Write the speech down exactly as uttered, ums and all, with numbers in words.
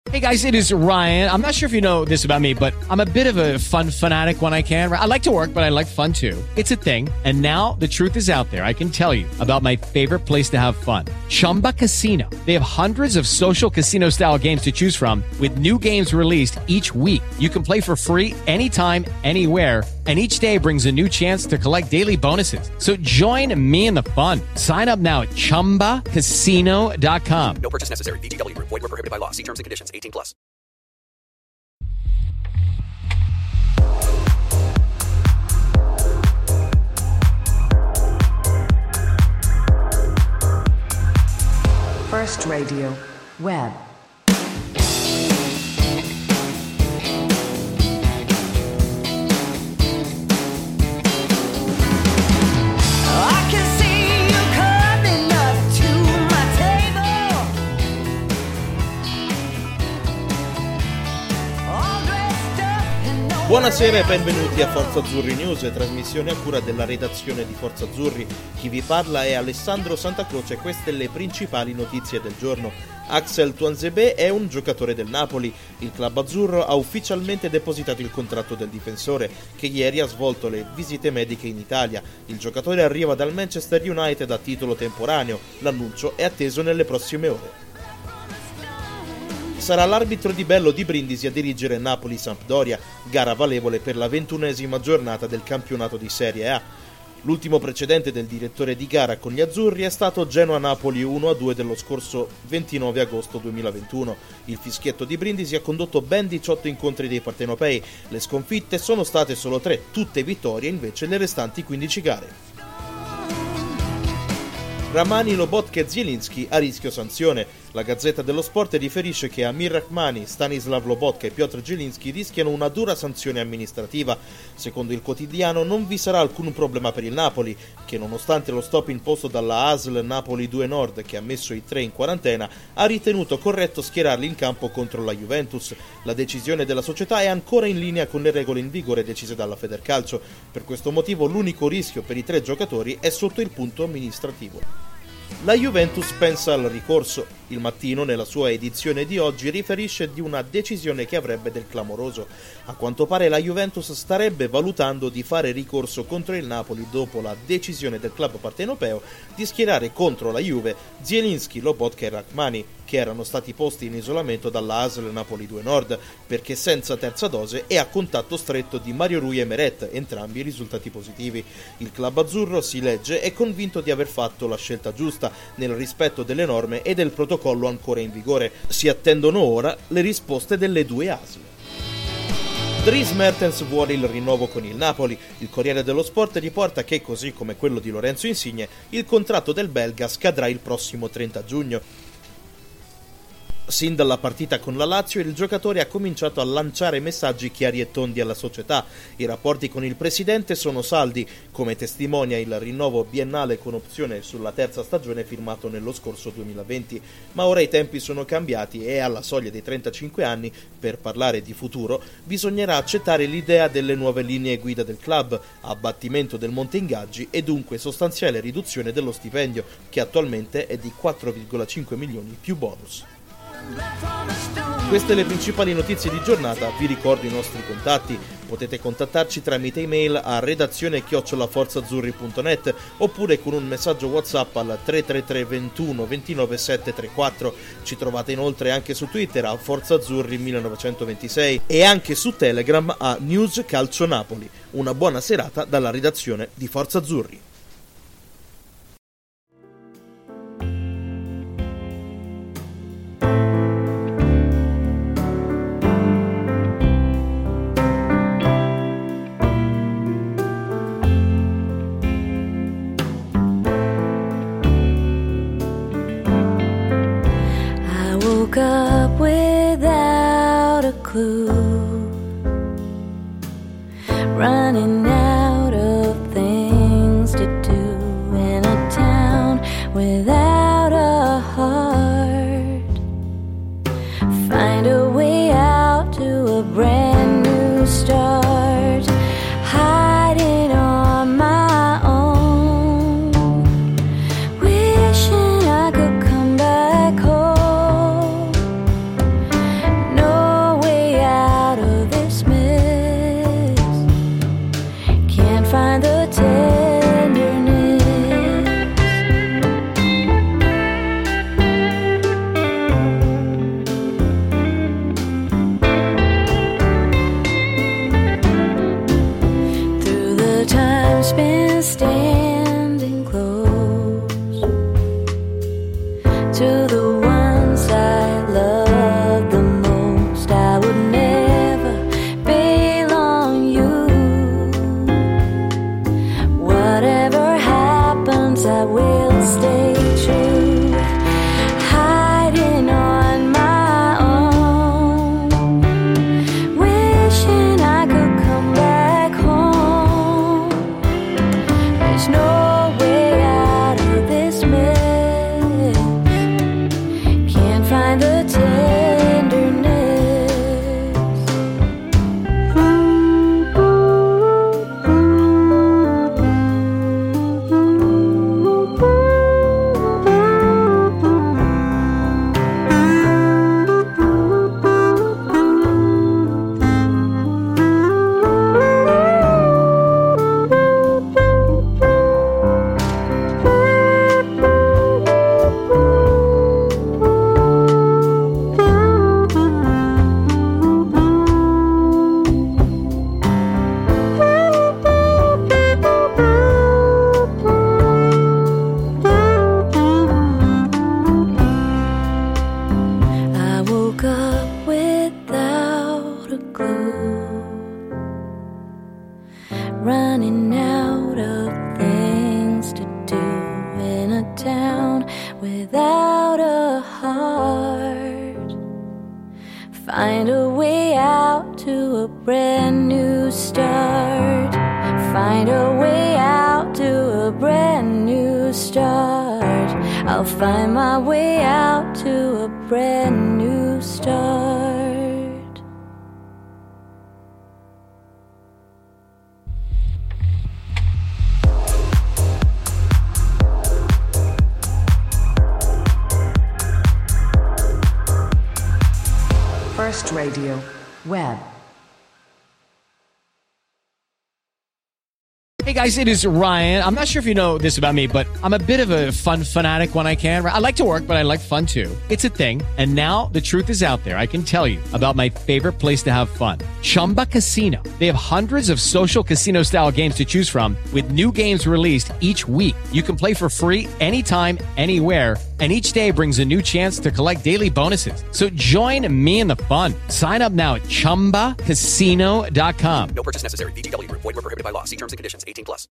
Hey guys, it is Ryan. I'm not sure if you know this about me, but I'm a bit of a fun fanatic when I can. I like to work, but I like fun too. It's a thing. And now the truth is out there. I can tell you about my favorite place to have fun. Chumba Casino. They have hundreds of social casino style games to choose from with new games released each week. You can play for free anytime, anywhere. And each day brings a new chance to collect daily bonuses. So join me in the fun. Sign up now at chumba casino dot com. No purchase necessary. V G W. Void where prohibited by law. See terms and conditions. eighteen plus. First Radio Web. Buonasera e benvenuti a Forza Azzurri News, trasmissione a cura della redazione di Forza Azzurri. Chi vi parla è Alessandro Santacroce e queste le principali notizie del giorno. Axel Tuanzebe è un giocatore del Napoli. Il club azzurro ha ufficialmente depositato il contratto del difensore, che ieri ha svolto le visite mediche in Italia. Il giocatore arriva dal Manchester United a titolo temporaneo. L'annuncio è atteso nelle prossime ore. Sarà l'arbitro di Bello di Brindisi a dirigere Napoli-Sampdoria, gara valevole per la ventunesima giornata del campionato di Serie A. L'ultimo precedente del direttore di gara con gli azzurri è stato Genoa-Napoli uno a due dello scorso ventinove agosto duemilaventuno. Il fischietto di Brindisi ha condotto ben diciotto incontri dei partenopei. Le sconfitte sono state solo tre, tutte vittorie invece le restanti quindici gare. Rahmani, Lobotka e Zielinski a rischio sanzione. La Gazzetta dello Sport riferisce che Amir Rahmani, Stanislav Lobotka e Piotr Zielinski rischiano una dura sanzione amministrativa. Secondo il quotidiano non vi sarà alcun problema per il Napoli, che nonostante lo stop imposto dalla A S L Napoli due Nord, che ha messo i tre in quarantena, ha ritenuto corretto schierarli in campo contro la Juventus. La decisione della società è ancora in linea con le regole in vigore decise dalla Federcalcio. Per questo motivo l'unico rischio per i tre giocatori è sotto il punto amministrativo. La Juventus pensa al ricorso. Il Mattino, nella sua edizione di oggi, riferisce di una decisione che avrebbe del clamoroso. A quanto pare la Juventus starebbe valutando di fare ricorso contro il Napoli dopo la decisione del club partenopeo di schierare contro la Juve Zielinski, Lobotka e Rahmani, che erano stati posti in isolamento dalla A S L Napoli due Nord, perché senza terza dose e a contatto stretto di Mario Rui e Meret, entrambi risultati positivi. Il club azzurro, si legge, è convinto di aver fatto la scelta giusta, nel rispetto delle norme e del protocollo ancora in vigore. Si attendono ora le risposte delle due A S L. Dries Mertens vuole il rinnovo con il Napoli. Il Corriere dello Sport riporta che, così come quello di Lorenzo Insigne, il contratto del belga scadrà il prossimo trenta giugno. Sin dalla partita con la Lazio il giocatore ha cominciato a lanciare messaggi chiari e tondi alla società. I rapporti con il presidente sono saldi, come testimonia il rinnovo biennale con opzione sulla terza stagione firmato nello scorso duemilaventi. Ma ora i tempi sono cambiati e alla soglia dei trentacinque anni, per parlare di futuro, bisognerà accettare l'idea delle nuove linee guida del club, abbattimento del monte ingaggi e dunque sostanziale riduzione dello stipendio, che attualmente è di quattro virgola cinque milioni più bonus. Queste le principali notizie di giornata. Vi ricordo i nostri contatti. Potete contattarci tramite email a redazione chiocciola forzazzurri punto net oppure con un messaggio WhatsApp al tre tre tre ventuno ventinove sette trentaquattro. Ci trovate inoltre anche su Twitter a Forzazzurri millenovecentoventisei e anche su Telegram a News Calcio Napoli. Una buona serata dalla redazione di Forza Azzurri. Up without a clue, running out of things to do in a town without a heart. Find a way out to a brand new start, hiding on my own, wishing I could come back home. without a clue, running out of things to do in a town without a heart. Find a way out to a brand new start. Find a way out to a brand new start. I'll find my way out to a brand new start. First Radio Web. Hey guys, it is Ryan. I'm not sure if you know this about me, but I'm a bit of a fun fanatic when I can. I like to work, but I like fun too. It's a thing. And now the truth is out there. I can tell you about my favorite place to have fun. Chumba Casino. They have hundreds of social casino style games to choose from with new games released each week. You can play for free anytime, anywhere. And each day brings a new chance to collect daily bonuses. So join me in the fun. Sign up now at chumba casino dot com. No purchase necessary. V G W Group. Void where prohibited by law. See terms and conditions. eighteen plus.